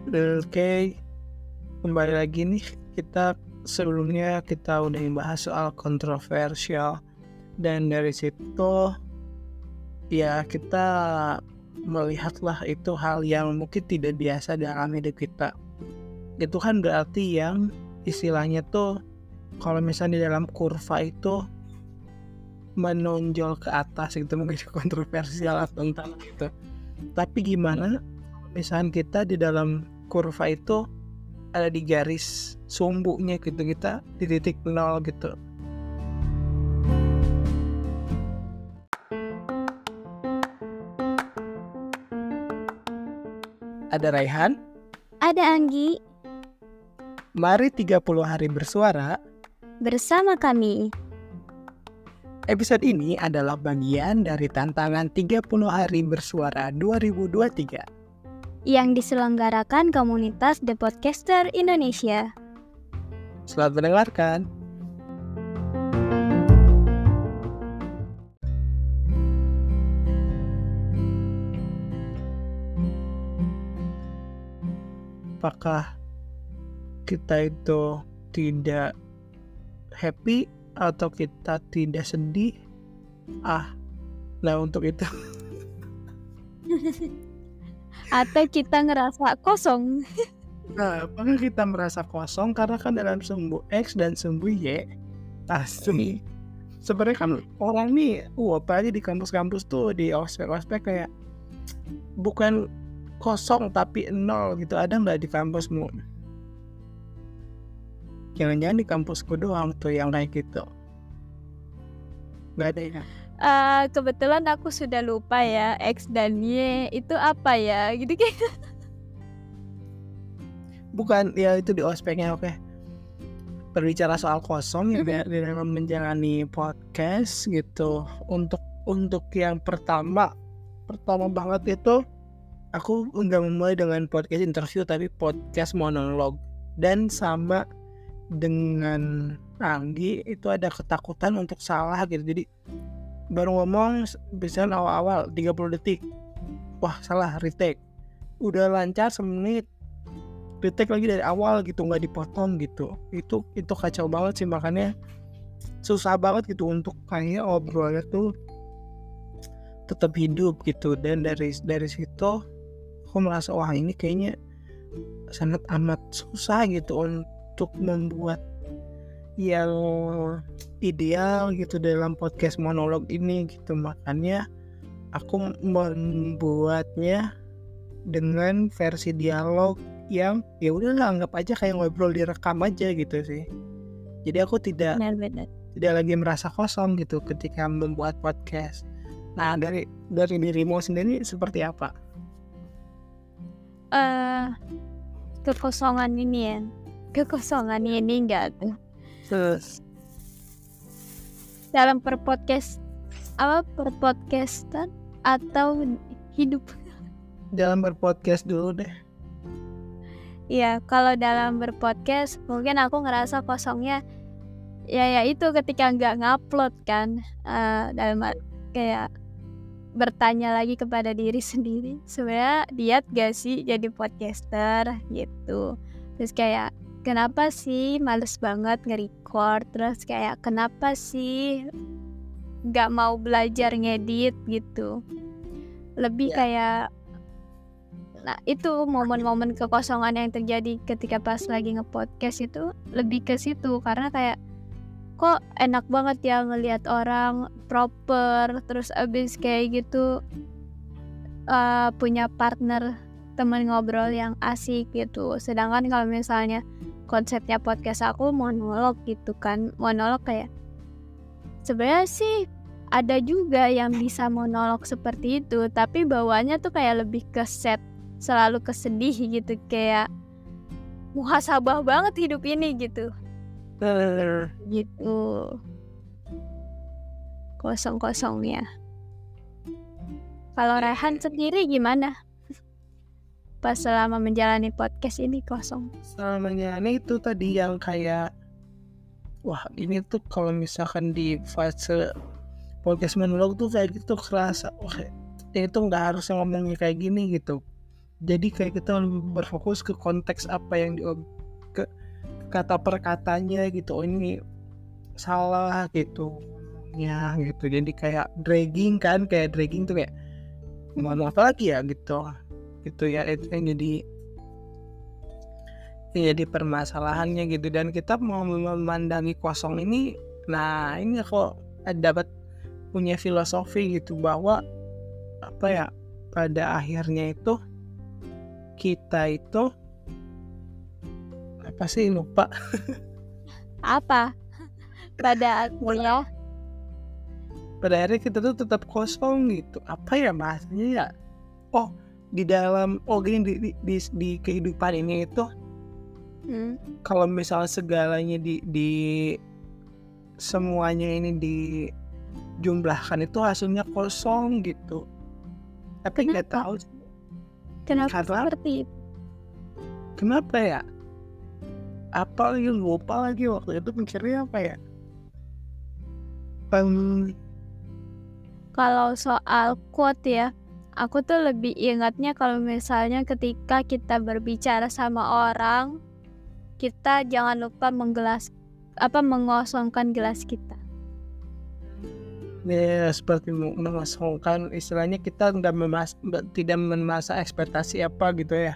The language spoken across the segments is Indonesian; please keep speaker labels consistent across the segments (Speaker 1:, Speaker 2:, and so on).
Speaker 1: Oke, kembali lagi nih. Sebelumnya kita udah bahas soal kontroversial, dan dari situ ya kita melihatlah itu hal yang mungkin tidak biasa dalam hidup kita. Itu kan berarti yang istilahnya tuh kalau misalnya di dalam kurva itu menonjol ke atas gitu, mungkin kontroversial atau entah gitu. Tapi gimana misalnya kita di dalam kurva itu ada di garis sumbunya gitu, kita di titik nol gitu. Ada Raihan,
Speaker 2: ada Anggi,
Speaker 1: mari 30 hari bersuara
Speaker 2: bersama kami.
Speaker 1: Episode ini adalah bagian dari tantangan 30 hari bersuara 2023
Speaker 2: yang diselenggarakan komunitas The Podcaster Indonesia.
Speaker 1: Selamat mendengarkan. Apakah kita itu tidak happy atau kita tidak sedih? Nah untuk itu
Speaker 2: Atau kita ngerasa kosong.
Speaker 1: Nah, apakah kita merasa kosong? Karena kan dalam sumbu X dan sumbu Y pasti sebenarnya kan orang nih apalagi di kampus-kampus tuh, di ospek kayak bukan kosong tapi nol gitu. Ada nggak di kampusmu? Jangan-jangan di kampusku doang tuh yang kayak gitu. Nggak ada ya?
Speaker 2: Kebetulan aku sudah lupa ya, X dan Y itu apa ya gitu kayak.
Speaker 1: Bukan, ya itu di ospeknya. Oke. Berbicara soal kosong ya di dalam menjalani podcast gitu. Untuk yang pertama banget itu aku nggak memulai dengan podcast interview tapi podcast monolog. Dan sama dengan Anggi itu ada ketakutan untuk salah gitu. Jadi baru ngomong misalnya awal-awal 30 detik, wah salah, retake. Udah lancar semenit, retake lagi dari awal gitu, nggak dipotong gitu. Itu kacau banget sih, makanya susah banget gitu untuk kayak obrolnya tuh tetap hidup gitu. Dan dari situ aku merasa wah ini kayaknya sangat amat susah gitu untuk membuat yang ideal gitu dalam podcast monolog ini gitu. Makanya aku membuatnya dengan versi dialog yang ya udah anggap aja kayak ngobrol direkam aja gitu sih. Jadi aku tidak lagi merasa kosong gitu ketika membuat podcast. Nah, dari dirimu sendiri seperti apa?
Speaker 2: Kekosongan ini enggak tuh. Dalam perpodcastan atau hidup?
Speaker 1: Dalam berpodcast dulu deh.
Speaker 2: Iya, kalau dalam berpodcast mungkin aku ngerasa kosongnya ya itu ketika nggak ngupload kan, dalam kayak bertanya lagi kepada diri sendiri, sebenarnya niat gak sih jadi podcaster gitu. Terus kayak kenapa sih males banget nge-record, terus kayak kenapa sih gak mau belajar ngedit gitu. Lebih kayak, nah itu momen-momen kekosongan yang terjadi ketika pas lagi nge-podcast itu lebih ke situ. Karena kayak kok enak banget ya ngelihat orang proper, terus abis kayak gitu punya partner teman ngobrol yang asik gitu. Sedangkan kalau misalnya konsepnya podcast aku monolog gitu kan, monolog kayak sebenarnya sih ada juga yang bisa monolog seperti itu, tapi bawaannya tuh kayak lebih ke set, selalu kesedih gitu, kayak muhasabah banget hidup ini gitu. Gitu kosong-kosongnya. Kalau Raihan sendiri gimana? Pas selama menjalani podcast ini kosong.
Speaker 1: Selama menjalani itu tadi yang kayak wah ini tuh kalau misalkan di fase podcast monolog tuh kayak gitu kerasa wah itu nggak harus ngomongnya kayak gini gitu. Jadi kayak kita lebih berfokus ke konteks apa yang ke kata per katanya gitu. Oh, ini salah gitu ya gitu. Jadi kayak dragging tuh kayak ngomong apa lagi ya gitu ya, itu yang jadi permasalahannya gitu. Dan kita mau memandangi kosong ini, nah ini kok dapat punya filosofi gitu, bahwa apa ya, pada akhirnya itu kita itu apa sih, lupa.
Speaker 2: Apa? Pada akhirnya
Speaker 1: Pada akhirnya kita tuh tetap kosong gitu. Apa ya bahasanya ya? Oh, di dalam gini, di kehidupan ini itu kalau misalnya segalanya di semuanya ini dijumlahkan itu hasilnya kosong gitu. Tapi nggak tahu
Speaker 2: kenapa
Speaker 1: karena
Speaker 2: seperti itu.
Speaker 1: kenapa ya? Apa lagi, lupa lagi waktu itu mikirnya apa ya?
Speaker 2: Kalau soal quote ya, aku tuh lebih ingatnya kalau misalnya ketika kita berbicara sama orang, kita jangan lupa mengosongkan gelas kita.
Speaker 1: Ya, seperti mengosongkan, istilahnya kita tidak memasa ekspektasi apa gitu ya.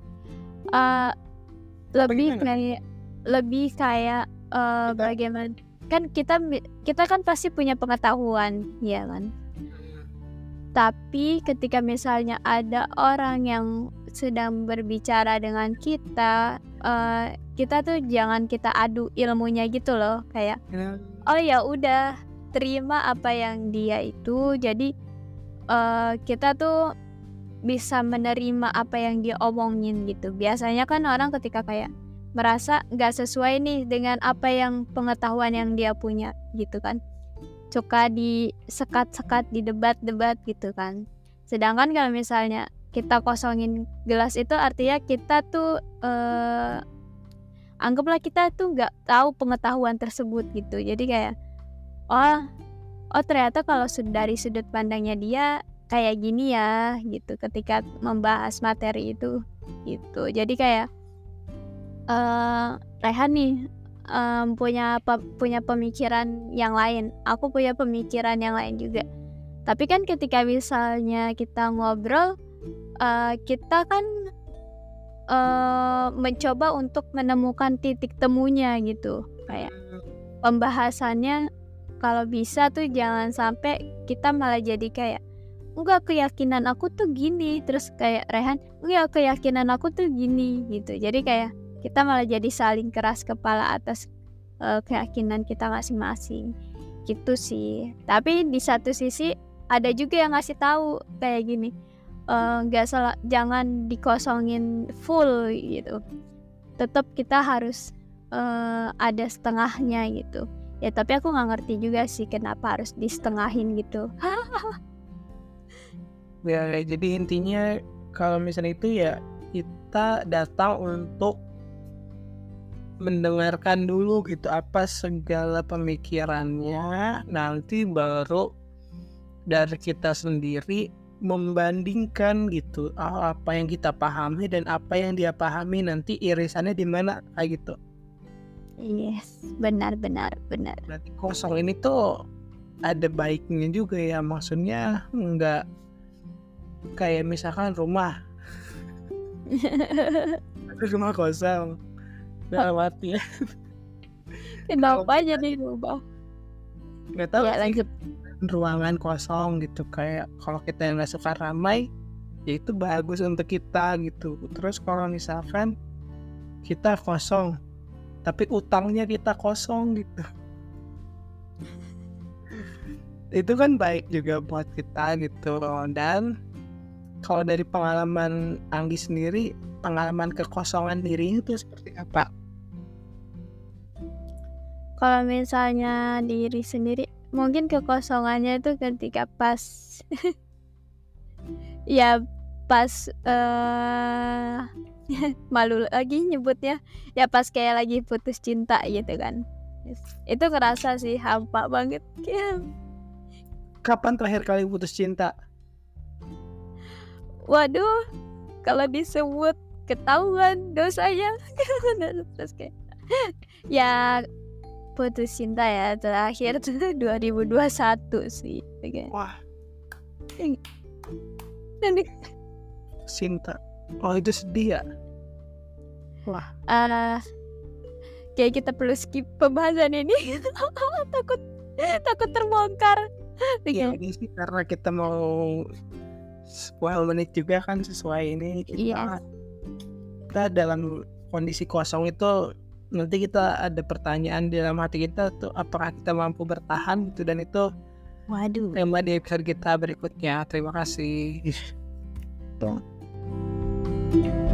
Speaker 2: Lebih kayak bagaimana, kan kita kan pasti punya pengetahuan ya kan, tapi ketika misalnya ada orang yang sedang berbicara dengan kita, kita tuh jangan kita adu ilmunya gitu loh, kayak oh ya udah terima apa yang dia itu, jadi kita tuh bisa menerima apa yang dia omongin gitu. Biasanya kan orang ketika kayak merasa nggak sesuai nih dengan apa yang pengetahuan yang dia punya gitu kan, suka disekat-sekat, di debat-debat gitu kan. Sedangkan kalau misalnya kita kosongin gelas itu artinya kita tuh anggaplah kita tuh nggak tahu pengetahuan tersebut gitu. Jadi kayak oh ternyata kalau dari sudut pandangnya dia kayak gini ya gitu ketika membahas materi itu gitu. Jadi kayak Rehan nih punya pemikiran yang lain, aku punya pemikiran yang lain juga. Tapi kan ketika misalnya kita ngobrol, kita kan mencoba untuk menemukan titik temunya gitu. Kayak pembahasannya kalau bisa tuh jangan sampai kita malah jadi kayak enggak, keyakinan aku tuh gini, terus kayak Rehan enggak, keyakinan aku tuh gini gitu. Jadi kayak kita malah jadi saling keras kepala atas keyakinan kita masing-masing gitu sih. Tapi di satu sisi ada juga yang ngasih tahu kayak gini, nggak salah, jangan dikosongin full gitu, tetap kita harus ada setengahnya gitu ya. Tapi aku nggak ngerti juga sih kenapa harus disetengahin gitu.
Speaker 1: Ya, jadi intinya kalau misalnya itu ya kita datang untuk mendengarkan dulu gitu apa segala pemikirannya, nanti baru dari kita sendiri membandingkan gitu apa yang kita pahami dan apa yang dia pahami, nanti irisannya di mana kayak gitu.
Speaker 2: Yes, benar.
Speaker 1: Berarti kosong ini tuh ada baiknya juga ya, maksudnya enggak kayak misalkan rumah rumah kosong dalam arti ya
Speaker 2: kenapa jadi rubah
Speaker 1: nggak tahu
Speaker 2: ya,
Speaker 1: sih,
Speaker 2: lanjut.
Speaker 1: ruangan kosong gitu, kayak kalau kita yang nggak suka ramai ya itu bagus untuk kita gitu. Terus kalau misalkan kita kosong tapi utangnya kita kosong gitu, itu kan baik juga buat kita gitu. Dan kalau dari pengalaman Anggi sendiri, pengalaman kekosongan dirinya itu seperti apa?
Speaker 2: Kalau misalnya diri sendiri, mungkin kekosongannya itu ketika pas ya pas malu lagi nyebutnya, ya pas kayak lagi putus cinta gitu kan. Itu ngerasa sih hampa banget.
Speaker 1: Kapan terakhir kali putus cinta?
Speaker 2: Waduh, kalau disebut ketahuan dosanya. Terus kayak ya putus cinta ya terakhir tuh 2021 sih kayak.
Speaker 1: Wah,
Speaker 2: Dan
Speaker 1: cinta. Oh, itu sedih ya. Wah,
Speaker 2: kayak kita perlu skip pembahasan ini. takut terbongkar.
Speaker 1: ya ini sih karena kita mau spoil menit juga kan sesuai ini
Speaker 2: Iya.
Speaker 1: kita dalam kondisi kosong itu nanti kita ada pertanyaan di dalam hati kita tuh apakah kita mampu bertahan gitu, dan itu
Speaker 2: Waduh.
Speaker 1: tema di episode kita berikutnya. Terima kasih.